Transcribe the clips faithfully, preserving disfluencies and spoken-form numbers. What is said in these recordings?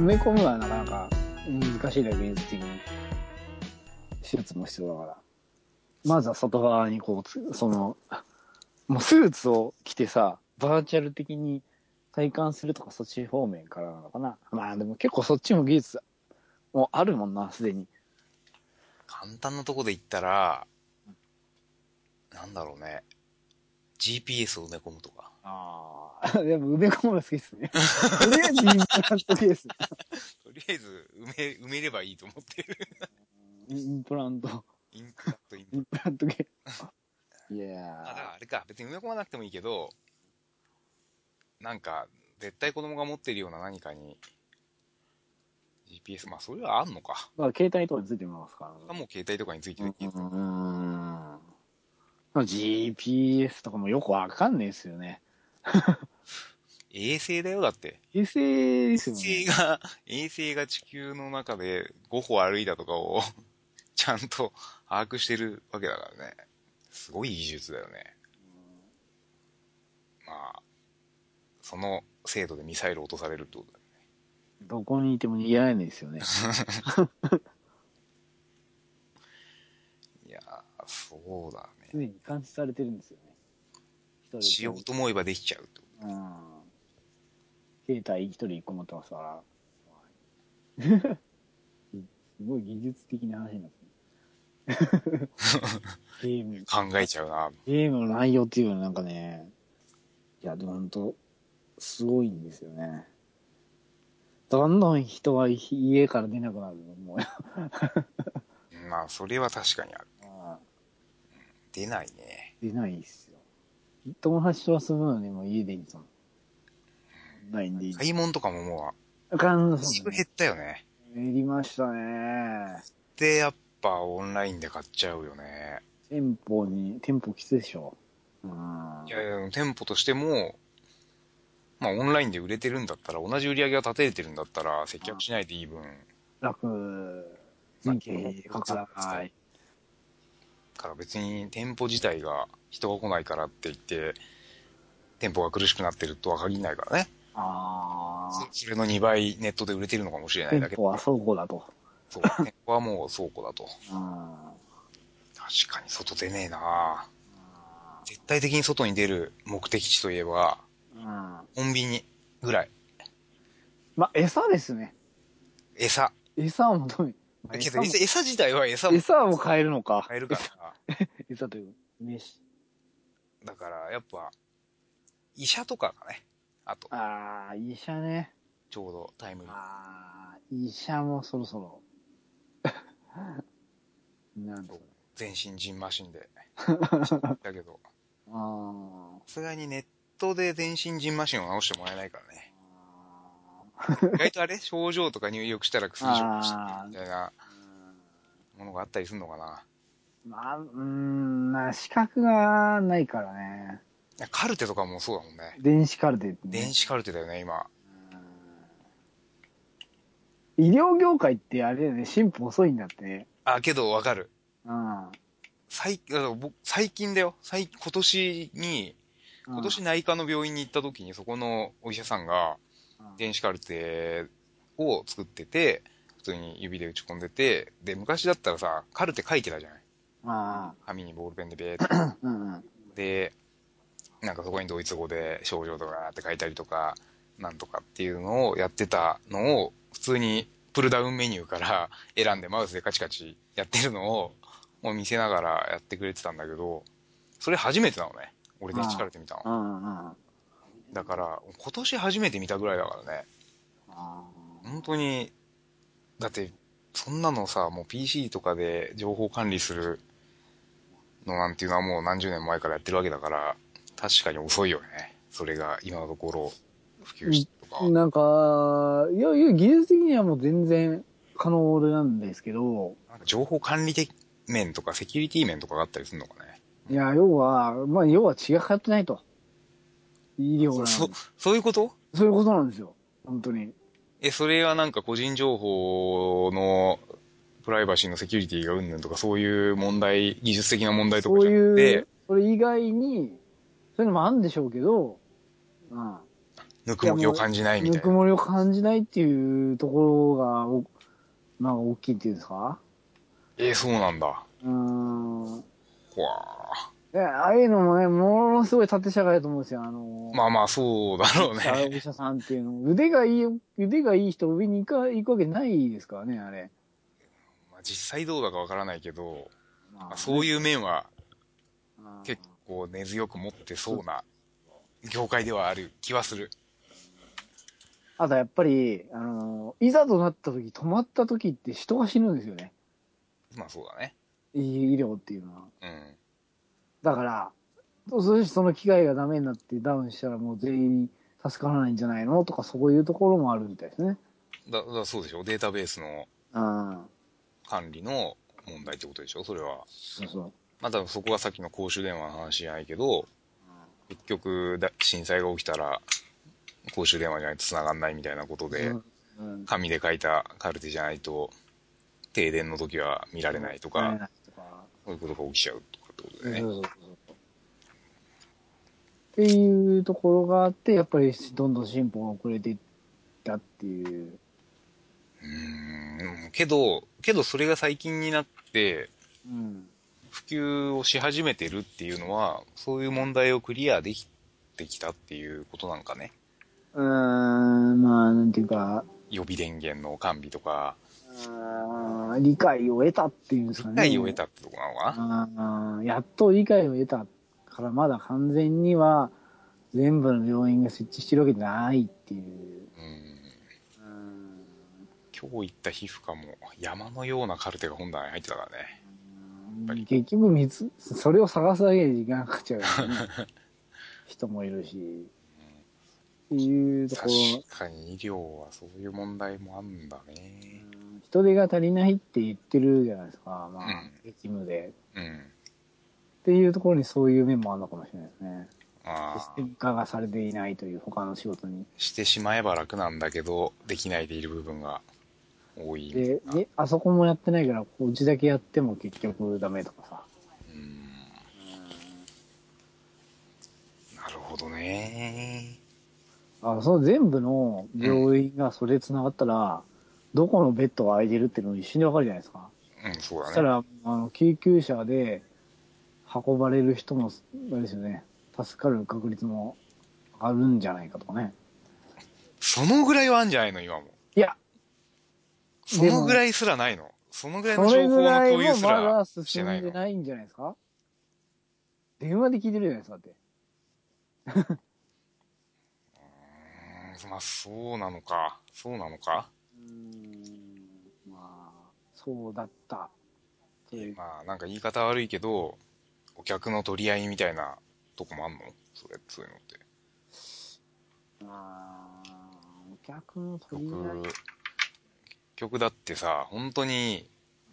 め込むのはなかなか難しいだけ、現実的に。手術も必要だから。まずは外側にこう、その、もうスーツを着てさ、バーチャル的に体感するとかそっち方面からなのかな。まあでも結構そっちも技術もうあるもんな、すでに。 簡単なとこで言ったら、なんだろうね。ジーピーエス を埋め込むとか。 ああ、でも埋め込むの好きっすね。とりあえずインプラントケース。 とりあえず埋め、埋めればいいと思ってる。 インプラント。 インプラント、インプランインプラントケース。いやト。まあだからー。 あれか、別に埋め込まなくてもいいけど、なんか、絶対子供が持ってるような何かに、ジーピーエス、まあそれはあんのか。 まあ携帯とかについてますからね。 もう携帯とかについてうるけど。 ーん。ジーピーエス とかもよくわかんねえっすよね。 衛星だよ、だって。 衛星で衛すよね。 星が、衛星が地球の中でご歩歩いたとかをちゃんと把握してるわけだからね。すごい技術だよね。まあ、その精度でミサイル落とされるってことだよね。 どこにいても逃げられないですよね。 いやー、そうだね。 常に監視されてるんですよね。一しよう人と思えばできちゃうってこうん。携帯一人一個持ってますから。すごい技術的な話になってる。ゲーム、 と。考えちゃうな。 ゲームの内容っていうのはなんかね、いや、でも本当すごいんですよね。どんどん人は家から出なくなるの、もう。 まあ、それは確かにある。 あ出ないね。 出ないっすよ。友達と遊ぶのにも家でいいと思う。ないんでいい。 買い物とかももあかん、 う、 そうだね。 だいぶ減ったよね。 減りましたね。 で、やっぱオンラインで買っちゃうよね。 店舗に、店舗きついでしょ。うん。 いやいや、店舗としても、まあオンラインで売れてるんだったら、同じ売り上げが立てれてるんだったら、接客しないでいい分、 楽、 まあ、 人件かからない。 から別に店舗自体が人が来ないからって言って、店舗が苦しくなってるとは限らないからね。そああ、 それのにばいネットで売れてるのかもしれないだけ。 店舗は倉庫だと。 そう。店舗はもう倉庫だと。 うん。 確かに外出ねえな絶対的に外に出る目的地といえば、 うん。 コンビニぐらい。 まあ、餌ですね。 餌。 餌を求め、まあ、 けど餌も、 餌餌自体は餌も餌を変えるのか。 買えるか餌、 ら。 餌という、飯。 だからやっぱ、医者とかがね、あと、 ああ、医者ね。 ちょうどタイムリー。 ああ、医者もそろそろ。なんそうと。 全身ジンマシンで。だけど、 あさすがにネットで全身ジンマシンを直してもらえないからね。 あ。 意外とあれ症状とか入力したら薬処方してくれるああ。 みたいなものがあったりするのかな。 まあ、うーん、まあ、資格がないからね。 いやカルテとかもそうだもんね。 電子カルテってね。 電子カルテだよね、今。 医療業界ってあれだよね、進歩遅いんだってね。 あ、けどわかる。 うん。 最、あ僕最近だよ。最、今年に、 うん。 今年内科の病院に行った時にそこのお医者さんがうん。 電子カルテを作ってて、普通に指で打ち込んでて、で、昔だったらさ、カルテ書いてたじゃない。 あ紙にボールペンでベーって。 あ。うんうん。 で、なんかそこにドイツ語で症状とかって書いたりとか、なんとかっていうのをやってたのを、普通にプルダウンメニューから選んでマウスでカチカチやってるのを、もう見せながらやってくれてたんだけど、それ初めてなのね。俺電子カルテ見たの。 うんうんうん。 だから、今年初めて見たぐらいだからね。本当に、だって、そんなのさ、もう ピーシー とかで情報管理するのなんていうのはもう何十年前からやってるわけだから、確かに遅いよね。それが今のところ普及してとか。 なんか、いやいや、技術的にはもう全然可能なんですけど、 なんか情報管理的面とかセキュリティ面とかがあったりするのかね。 いや、要は、まあ、要は血が通ってないと。医療そ、そ、 なのに。 そういうこと？ そういうことなんですよ。本当に。 え、それはなんか個人情報のプライバシーのセキュリティがうんぬんとかそういう問題、技術的な問題とかそうじゃなくて、 いう、それ以外に、そういうのもあるんでしょうけど、うん。 ぬくもりを感じないみたいな。 ぬくもりを感じないっていうところが、おまあ大きいっていうんですか？ えー、そうなんだ。 うーん。 ほわで、ああいうのもね、ものすごい縦社会だと思うんですよ。あの、 まあまあ、そうだろうお医者、おね。 医者さんっていうの。腕がいい、腕がいい人上に行か、行くわけないですからね、あれ。 まあ、実際どうだかわからないけど、まあ、 まあね。 そういう面はあ結構根強く持ってそうそうな業界ではある気はする。 あとやっぱり、あの、いざとなった時、止まった時って人が死ぬんですよね。 まあそうだね。 医医療っていうのは。 うん。 だから、そしてその機械がダメになってダウンしたらもう全員助からないんじゃないのとかそういうところもあるみたいですね。 だ、だそうでしょ。データベースのああ、 管理の問題ってことでしょそれは。 そうそう。 まあ多分そこがさっきの公衆電話の話じゃないけど、結局だ、震災が起きたら公衆電話じゃないと繋がんないみたいなことで、 そううん。 紙で書いたカルテじゃないと停電の時は見られないとか、 慣れないとか。 そういうことが起きちゃうとかってことでね。 そうそうそうそう。っていうところがあって、やっぱりどんどん進歩が遅れていったっていう。 うーん、けど、けどそれが最近になって、 うん。 普及をし始めてるっていうのは、そういう問題をクリアできてきたっていうことなんかね。 うーん、まあ、なんていうか、 予備電源の完備とか、 あー理解を得たっていうんです理かね。 解を得たってとこなのかあーやっと理解を得たからまだ完全には全部の病院が設置してるわけじゃないっていう。 な。うん。 うん今日言った皮膚科も山のようなカルテが本棚に入ってたからね。やっぱり。 結局水、それを探すだけで時間かかっちゃうよね。人もいるし。っていうと確ころ、 かに医療はそういう問題もあんだね。 人手が足りないって言ってるじゃないですか。 うん。 まあ、激務で。 うん。 っていうところにそういう面もあるのかもしれないですね。システああ。 ム化がされていないという他の仕事に。 してしまえば楽なんだけど、できないでいる部分が多いみたいで、 な。 で、あそこもやってないから、こううちだけやっても結局ダメとかさ。 うん。なるほどね。 あ、その全部のうん。 病院がそれ繋がったら、どこのベッドが空いてるっていうのを一瞬でわかるじゃないですか。 うん、そうだね。 そしたら、あの、救急車で運ばれる人も、あれですよね、助かる確率もあるんじゃないかとかね。 そのぐらいはあんじゃないの、今も。 いや、 そでも、 のぐらいすらないの。そのぐらいのそれぐ情報のらいも共有すらまだしてないの。 進んでないんじゃないですか。電話で聞いてるじゃないですか、だって。 うーん、まあ、そうなのか。そうなのか。 うーん、まあ、そうだった。それまあ、なんか言い方悪いけど、お客の取り合いみたいなとこもあんのそれ、そういうのって。 まあ、お客の取り合い。 曲、曲だってさ、本当に、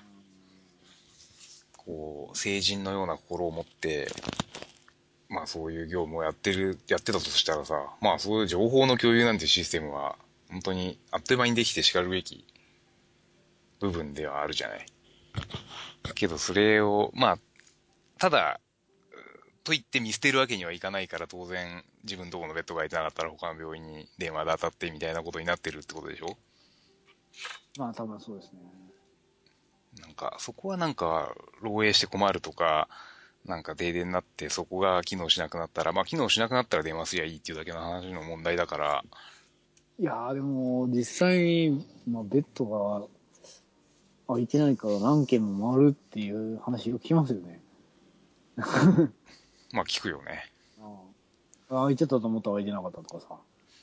こう、成人のような心を持って、まあそういう業務をやってる、やってたとしたらさ、まあそういう情報の共有なんてシステムは、本当にあっという間にできて叱るべき部分ではあるじゃない。けどそれを、まあ、ただ、と言って見捨てるわけにはいかないから当然自分のところのベッドが空いてなかったら他の病院に電話で当たってみたいなことになってるってことでしょ。 まあ、多分そうですね。 なんかそこはなんか漏洩して困るとか、なんか停電になってそこが機能しなくなったら、まあ機能しなくなったら電話すりゃいいっていうだけの話の問題だから、 いやー、でも、実際に、まあ、ベッドが空いてないから何件も回るっていう話を聞きますよね。 まあ聞くよね。 ああ空いてたと思ったら空いてなかったとかさ。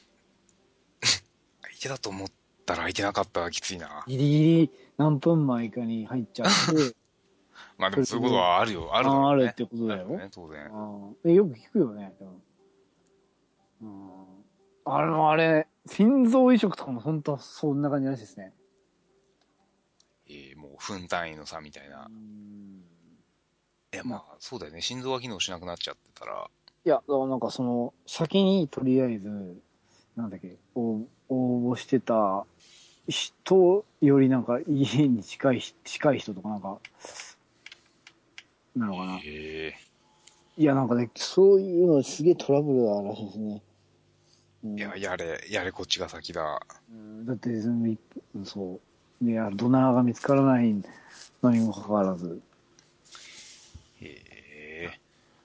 相手だと思ったら空いてなかったらきついな。 ギリギリ何分前かに入っちゃって、 まあでもそういうことそれで、 はあるよ、あるだああ、 ろうね。 あるってことだよ。 あるよね、当然。 ああ、よく聞くよね。でもうん、あの、あれ、心臓移植とかも本当そんな感じらしいですね。 えー、もう分単位の差みたいうな。 んいやまなあそうだよね、心臓が機能しなくなっちゃってたら、 いや、だからなんかその、先にとりあえず、なんだっけ、応応募してた人よりなんか家に近い、近い人とかなんか、なのかな。 ええいや、なんかね、そういうのすげえトラブルがあるらしいですね。 いや、やれ、やれこっちが先だ。 うん、だって、そう。いや、ドナーが見つからないのにもかかわらず。 へえ。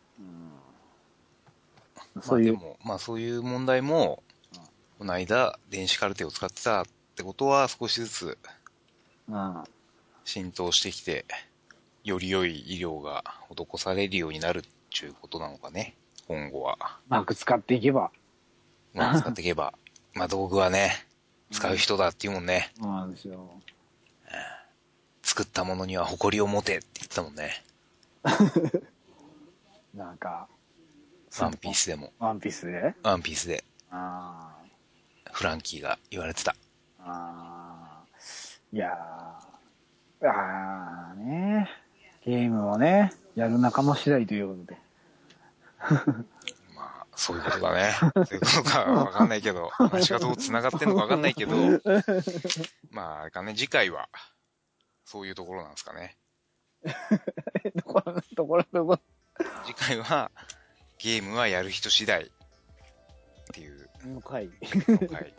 うん、 まあでも、まあそういう問題も、この間、電子カルテを使ってたってことは少しずつ浸透してきて、より良い医療が施されるようになるっていうことなのかね、今後は。 うまく使っていけば。 うまく使っていけば。まあ道具はね、使う人だっていうもんね。 そうなんですよ。 作ったものには誇りを持てって言ってたもんね。 なんか、 ワンピースでも。 ワンピースでワンピースで。 あフランキーが言われてた。 あいやー、ああね、ゲームをね、やる仲間次第ということで。 まあ、そういうことだね。そういうことかわかんないけど、話がどう繋がってんのかわかんないけど、まあ、あれかね、次回は、そういうところなんですかね。 どころ、どころ、どころ。 次回は、ゲームはやる人次第っていう。 の回。 の回。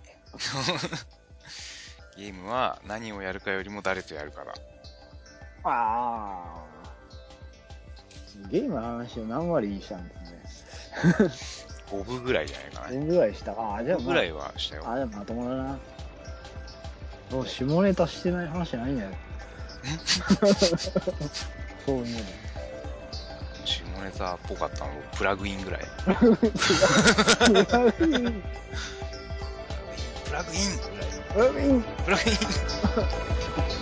ゲームは何をやるかよりも誰とやるかだ。 ああ。ゲームの話を何割したんですね。 ごぶぐらいじゃないかな。 ごぶぐらいした。ああ、じゃあ、 ごぶぐらいはしたよ。 ああ、でもまともだな。もう下ネタしてない話じゃないんだよ。そういうの。 下ネタっぽかったの、プラグインぐらい。 プラグイン。プラグイン。 プラグインぐらい。 プラグイン。 プラグイン。